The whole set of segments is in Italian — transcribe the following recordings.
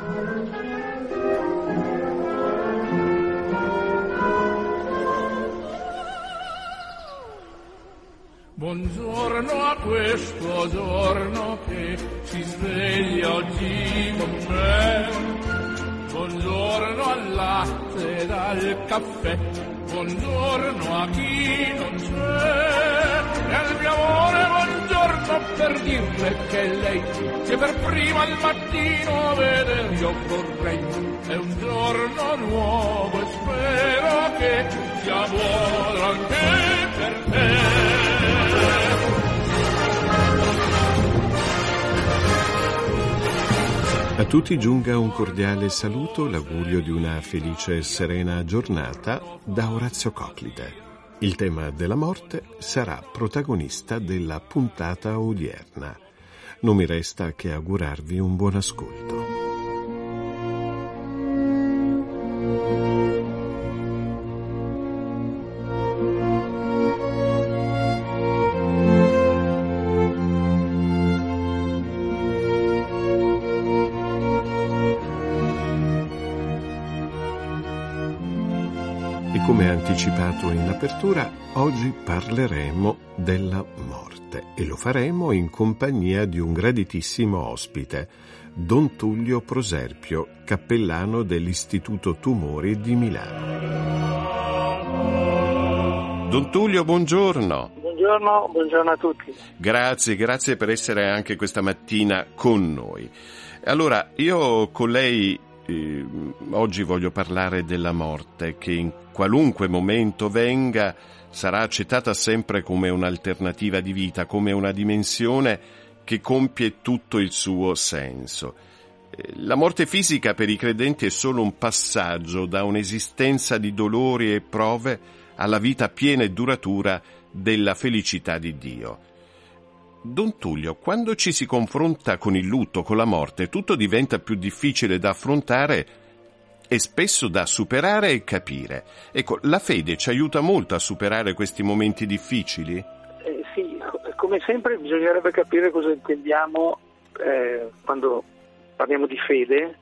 Buongiorno a questo giorno che si sveglia oggi con me. Buongiorno al latte ed al caffè. Buongiorno a chi non c'è. E al mio amore buongiorno per dirle che lei che per prima al mattino vedere io vorrei. È un giorno nuovo e spero che sia buono anche per te. A tutti giunga un cordiale saluto, l'augurio di una felice e serena giornata da Orazio Coclite. Il tema della morte sarà protagonista della puntata odierna. Non mi resta che augurarvi un buon ascolto. Come anticipato in apertura, oggi parleremo della morte e lo faremo in compagnia di un graditissimo ospite, Don Tullio Proserpio, cappellano dell'Istituto Tumori di Milano. Don Tullio, buongiorno. Buongiorno a tutti. Grazie per essere anche questa mattina con noi. Allora, io con lei oggi voglio parlare della morte, che in qualunque momento venga sarà accettata sempre come un'alternativa di vita, come una dimensione che compie tutto il suo senso. La morte fisica per i credenti è solo un passaggio da un'esistenza di dolori e prove alla vita piena e duratura della felicità di Dio. Don Tullio, quando ci si confronta con il lutto, con la morte, tutto diventa più difficile da affrontare e spesso da superare e capire. Ecco, la fede ci aiuta molto a superare questi momenti difficili? Sì, come sempre bisognerebbe capire cosa intendiamo quando parliamo di fede,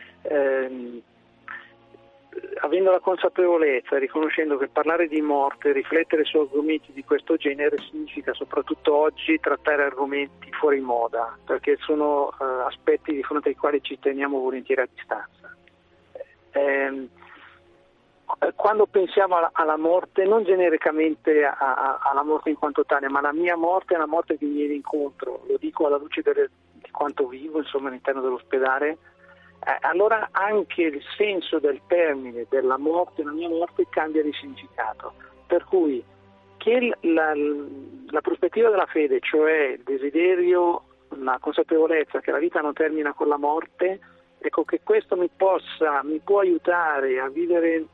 avendo la consapevolezza, riconoscendo che parlare di morte, riflettere su argomenti di questo genere significa soprattutto oggi trattare argomenti fuori moda, perché sono aspetti di fronte ai quali ci teniamo volentieri a distanza. Quando pensiamo alla morte, non genericamente alla morte in quanto tale, ma la mia morte è una morte che mi viene incontro, lo dico alla luce di quanto vivo, insomma, all'interno dell'ospedale, allora anche il senso del termine della morte, la mia morte, cambia di significato. Per cui che la prospettiva della fede, cioè il desiderio, la consapevolezza che la vita non termina con la morte, ecco, che questo mi può aiutare a vivere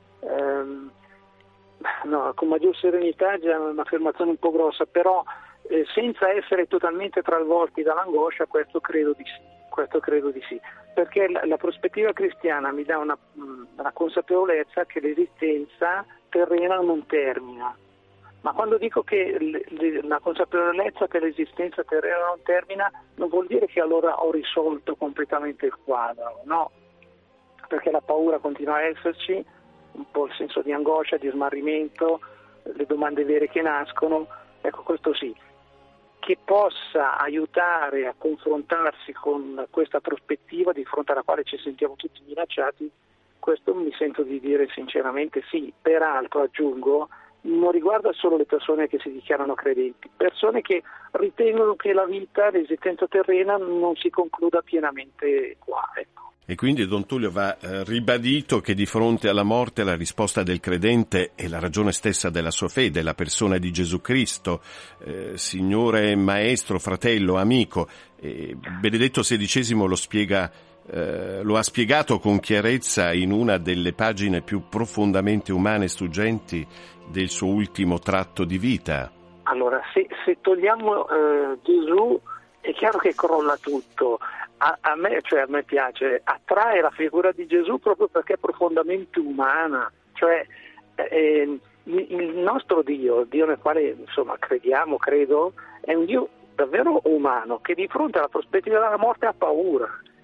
con maggior serenità, già è un'affermazione un po' grossa, però senza essere totalmente travolti dall'angoscia, questo credo di sì, perché la prospettiva cristiana mi dà una consapevolezza che l'esistenza terrena non termina. Ma quando dico che la consapevolezza che l'esistenza terrena non termina, non vuol dire che allora ho risolto completamente il quadro, no, perché la paura continua a esserci, un po' il senso di angoscia, di smarrimento, le domande vere che nascono, ecco, questo sì. Che possa aiutare a confrontarsi con questa prospettiva di fronte alla quale ci sentiamo tutti minacciati, questo mi sento di dire sinceramente sì. Peraltro, aggiungo, non riguarda solo le persone che si dichiarano credenti, persone che ritengono che la vita, l'esistenza terrena non si concluda pienamente qua, ecco. E quindi, Don Tullio, va ribadito che di fronte alla morte la risposta del credente è la ragione stessa della sua fede, la persona di Gesù Cristo, Signore, Maestro, Fratello, Amico. Benedetto XVI lo ha spiegato con chiarezza in una delle pagine più profondamente umane e struggenti del suo ultimo tratto di vita. Allora, se togliamo Gesù, è chiaro che crolla tutto. A me piace, attrae la figura di Gesù proprio perché è profondamente umana, cioè il nostro Dio, il Dio nel quale insomma credo, è un Dio davvero umano che di fronte alla prospettiva della morte ha paura,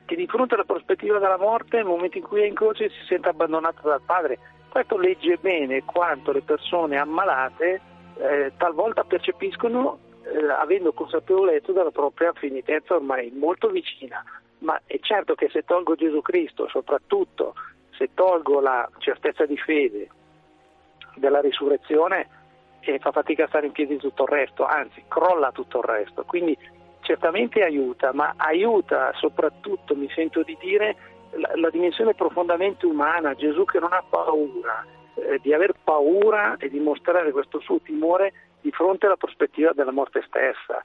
che di fronte alla prospettiva della morte, nel momento in cui è in croce, si sente abbandonato dal Padre. Questo legge bene quanto le persone ammalate talvolta percepiscono, avendo consapevolezza della propria finitezza ormai molto vicina. Ma è certo che se tolgo Gesù Cristo, soprattutto se tolgo la certezza di fede della risurrezione, fa fatica a stare in piedi tutto il resto, anzi crolla tutto il resto. Quindi certamente aiuta, ma aiuta soprattutto, mi sento di dire, la dimensione profondamente umana, Gesù che non ha paura di aver paura e di mostrare questo suo timore di fronte alla prospettiva della morte stessa.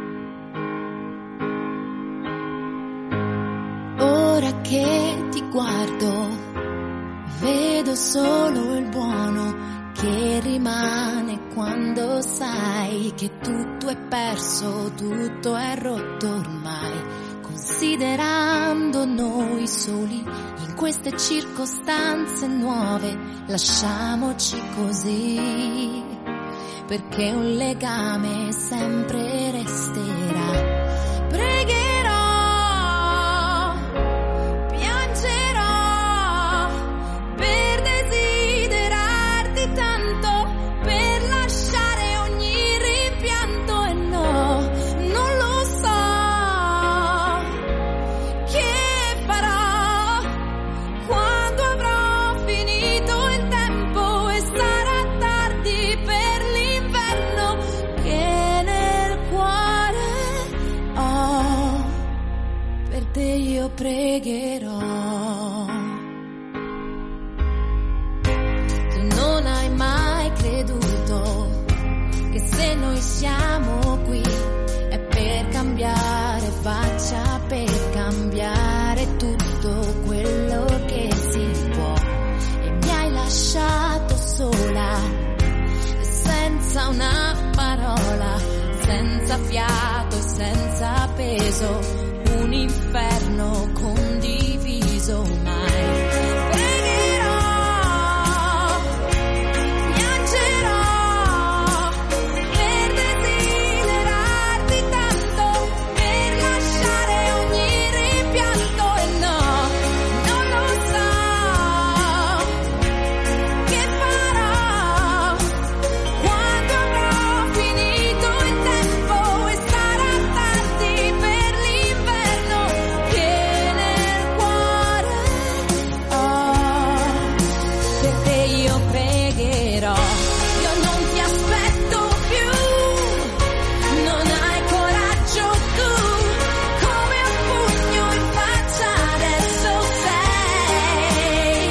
Ora che ti guardo, vedo solo il buono che rimane quando sai che tutto è perso, tutto è rotto ormai. Considerando noi soli in queste circostanze nuove, lasciamoci così, perché un legame sempre resterà. Pregherò, piangerò per desiderarti tanto, per lasciare ogni rimpianto, e no, non lo so che farò quando avrò finito il tempo e sarà tardi per l'inverno che nel cuore ho. Per te io pregherò. Tu non hai mai creduto che se noi siamo qui è per cambiare faccia, per cambiare tutto quello che si può, e mi hai lasciato sola, senza una parola, senza fiato e senza peso, un inferno condiviso mai. Pregherò, piangerò per desiderarti tanto, per lasciare ogni rimpianto, e no, non lo so che farò quando avrò finito il tempo e sarà tardi per l'inverno che nel cuore ho. Per te io pregherò. Io non ti aspetto più, non hai coraggio tu, come un pugno in faccia adesso sei.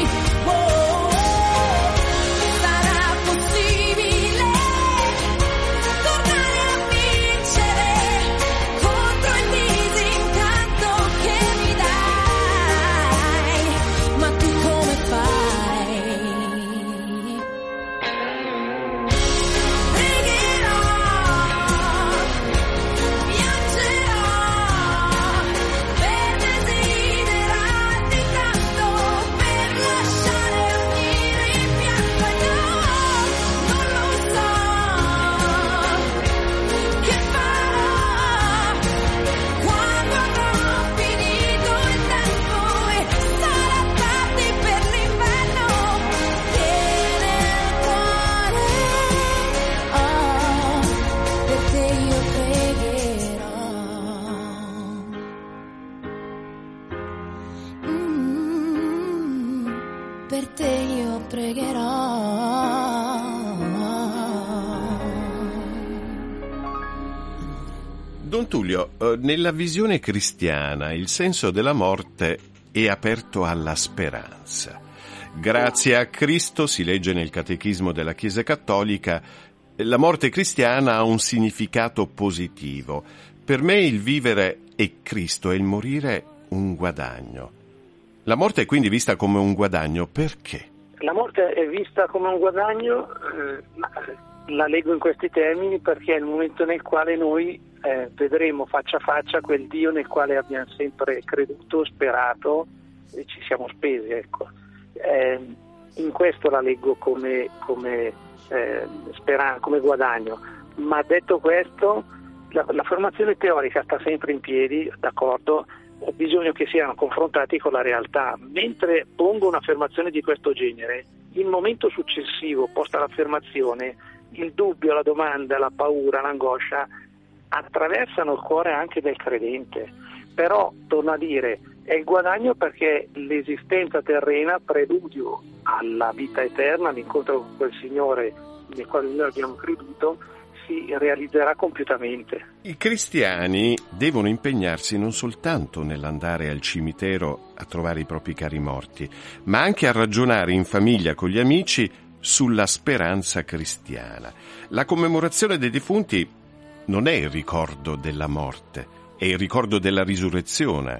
Sarà possibile tornare a vincere contro il disincanto che mi dai, ma tu come fai? Pregherò, piangerò per desiderarti tanto, per lasciare ogni rimpianto, e no, non lo so che farò quando avrò finito il tempo e sarà tardi per l'inverno che nel cuore ho. Per te io pregherò. Per te io pregherò. Don Tullio, nella visione cristiana il senso della morte è aperto alla speranza. Grazie a Cristo, si legge nel Catechismo della Chiesa Cattolica, la morte cristiana ha un significato positivo. Per me il vivere è Cristo e il morire un guadagno. La morte è quindi vista come un guadagno, perché? La morte è vista come un guadagno, ma la leggo in questi termini perché è il momento nel quale noi vedremo faccia a faccia quel Dio nel quale abbiamo sempre creduto, sperato e ci siamo spesi, ecco. In questo la leggo come guadagno, ma detto questo la formazione teorica sta sempre in piedi, d'accordo, ho bisogno che siano confrontati con la realtà. Mentre pongo un'affermazione di questo genere, il momento successivo, posta l'affermazione, il dubbio, la domanda, la paura, l'angoscia attraversano il cuore anche del credente. Però, torno a dire, è il guadagno perché l'esistenza terrena, preludio alla vita eterna, l'incontro con quel Signore nel quale noi abbiamo creduto, si realizzerà compiutamente. I cristiani devono impegnarsi non soltanto nell'andare al cimitero a trovare i propri cari morti, ma anche a ragionare in famiglia con gli amici sulla speranza cristiana. La commemorazione dei defunti non è il ricordo della morte, è il ricordo della risurrezione.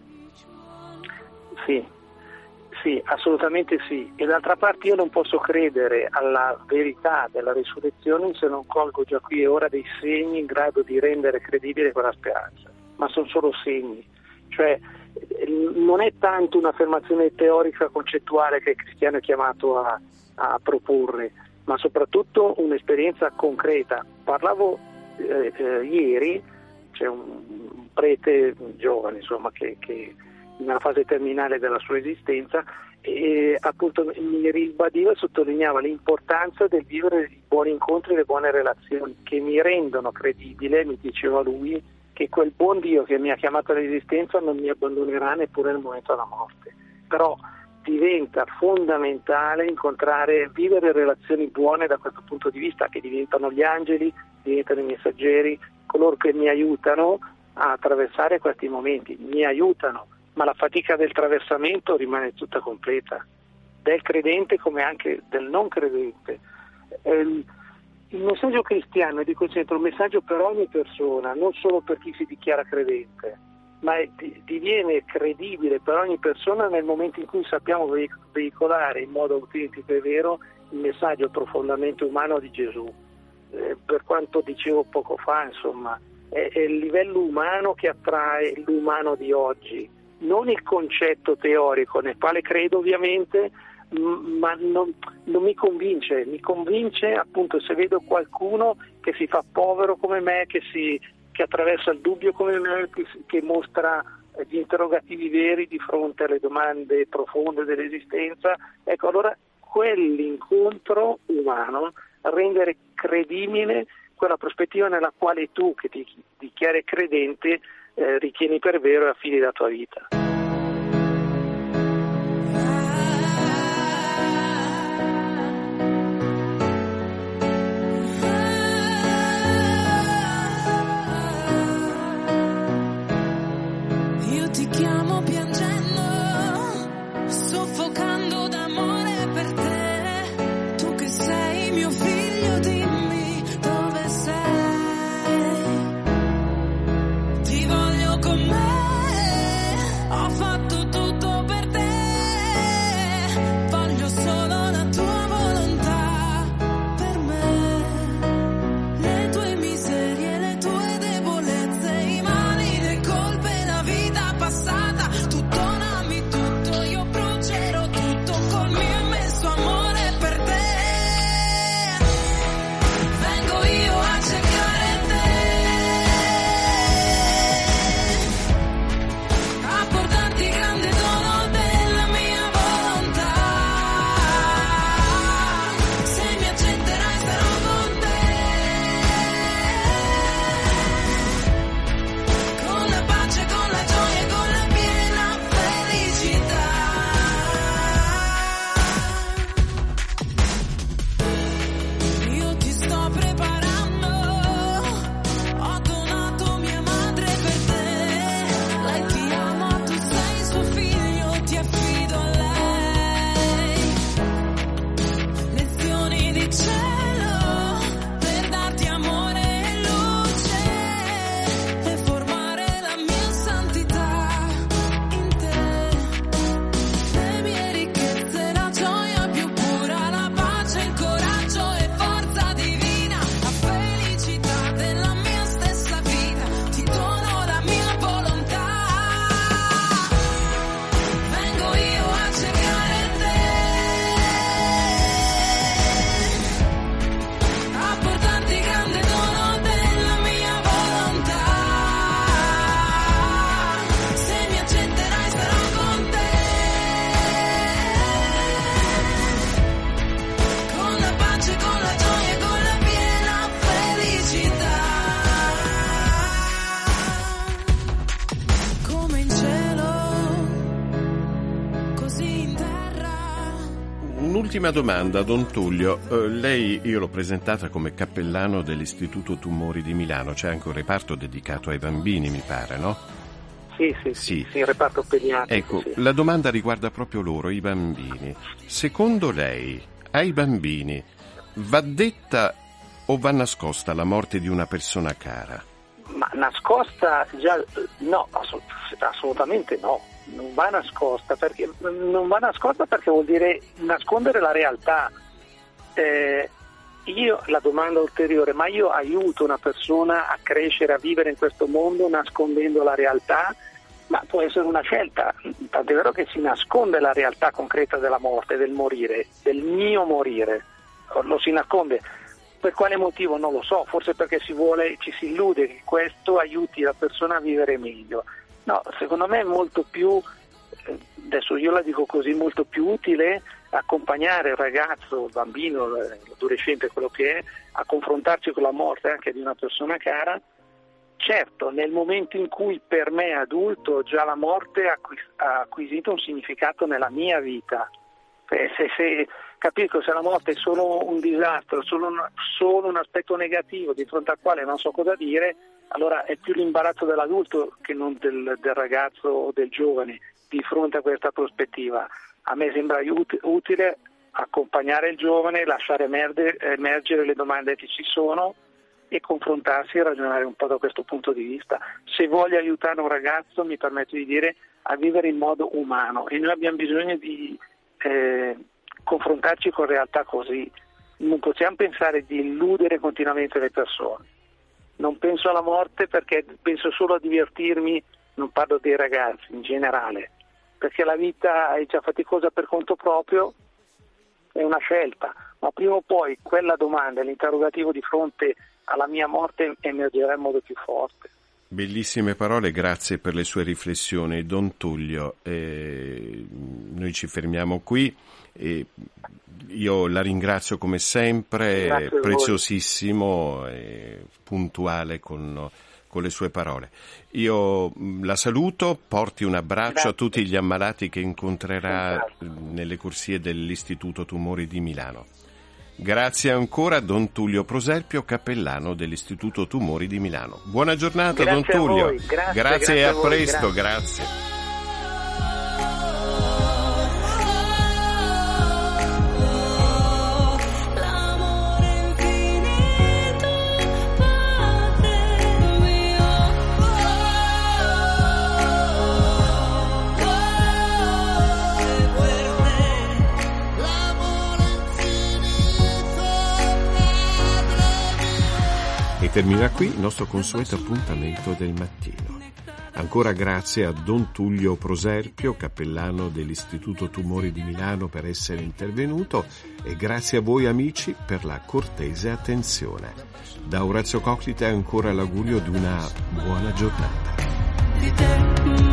Sì, assolutamente sì. E d'altra parte io non posso credere alla verità della risurrezione se non colgo già qui e ora dei segni in grado di rendere credibile quella speranza. Ma sono solo segni. Cioè non è tanto un'affermazione teorica concettuale che il cristiano è chiamato a proporre, ma soprattutto un'esperienza concreta. Parlavo ieri, c'è un prete giovane, insomma, che nella fase terminale della sua esistenza, e appunto mi ribadiva e sottolineava l'importanza del vivere i buoni incontri e le buone relazioni che mi rendono credibile, mi diceva lui, che quel buon Dio che mi ha chiamato all'esistenza non mi abbandonerà neppure nel momento della morte. Però diventa fondamentale vivere relazioni buone da questo punto di vista, che diventano gli angeli, diventano i messaggeri, coloro che mi aiutano a attraversare questi momenti, mi aiutano, ma la fatica del traversamento rimane tutta completa, del credente come anche del non credente. Il messaggio cristiano è di quel centro, un messaggio per ogni persona, non solo per chi si dichiara credente, ma diviene credibile per ogni persona nel momento in cui sappiamo veicolare in modo autentico e vero il messaggio profondamente umano di Gesù. Per quanto dicevo poco fa, insomma, è il livello umano che attrae l'umano di oggi, non il concetto teorico nel quale credo ovviamente, ma non mi convince. Mi convince appunto se vedo qualcuno che si fa povero come me, che attraversa il dubbio come me, che mostra gli interrogativi veri di fronte alle domande profonde dell'esistenza. Ecco, allora quell'incontro umano rendere credibile quella prospettiva nella quale tu, che ti dichiari credente, ritieni per vero e affidi la tua vita. Io ti chiamo piangendo, soffocando d'amore per te. Tu che sei mio figlio, dimmi dove sei. Ti voglio con me, Ultima domanda, Don Tullio. Lei, io l'ho presentata come cappellano dell'Istituto Tumori di Milano, c'è anche un reparto dedicato ai bambini, mi pare, no? Sì, il reparto pediatrico. Ecco, sì. La domanda riguarda proprio loro, i bambini. Secondo lei, ai bambini va detta o va nascosta la morte di una persona cara? Ma nascosta già no, assolutamente no, non va nascosta perché vuol dire nascondere la realtà. La domanda ulteriore, ma io aiuto una persona a crescere, a vivere in questo mondo nascondendo la realtà? Ma può essere una scelta, tant'è vero che si nasconde la realtà concreta della morte, del morire, del mio morire, lo si nasconde. Per quale motivo non lo so, forse perché ci si illude che questo aiuti la persona a vivere meglio. No, secondo me è molto più, adesso io la dico così, molto più utile accompagnare il ragazzo, il bambino, l'adolescente, quello che è, a confrontarci con la morte anche di una persona cara. Certo, nel momento in cui per me adulto già la morte ha acquisito un significato nella mia vita. Capisco, se la morte è solo un disastro, solo un aspetto negativo di fronte al quale non so cosa dire, allora è più l'imbarazzo dell'adulto che non del ragazzo o del giovane di fronte a questa prospettiva. A me sembra utile accompagnare il giovane, lasciare emergere le domande che ci sono e confrontarsi e ragionare un po' da questo punto di vista. Se voglio aiutare un ragazzo, mi permetto di dire, a vivere in modo umano, e noi abbiamo bisogno di confrontarci con realtà così. Non possiamo pensare di illudere continuamente le persone. Non penso alla morte perché penso solo a divertirmi, non parlo dei ragazzi in generale, perché la vita è già faticosa per conto proprio, è una scelta, ma prima o poi quella domanda, l'interrogativo di fronte alla mia morte emergerà in modo più forte. Bellissime parole, grazie per le sue riflessioni, Don Tullio. Noi ci fermiamo qui. Io la ringrazio come sempre, preziosissimo e puntuale con le sue parole. Io la saluto, porti un abbraccio a tutti gli ammalati che incontrerà nelle corsie dell'Istituto Tumori di Milano. Grazie ancora a Don Tullio Proserpio, cappellano dell'Istituto Tumori di Milano. Buona giornata, Don Tullio. Grazie e a presto, grazie. Termina qui il nostro consueto appuntamento del mattino. Ancora grazie a Don Tullio Proserpio, cappellano dell'Istituto Tumori di Milano, per essere intervenuto, e grazie a voi amici per la cortese attenzione. Da Orazio Coclite ancora l'augurio di una buona giornata.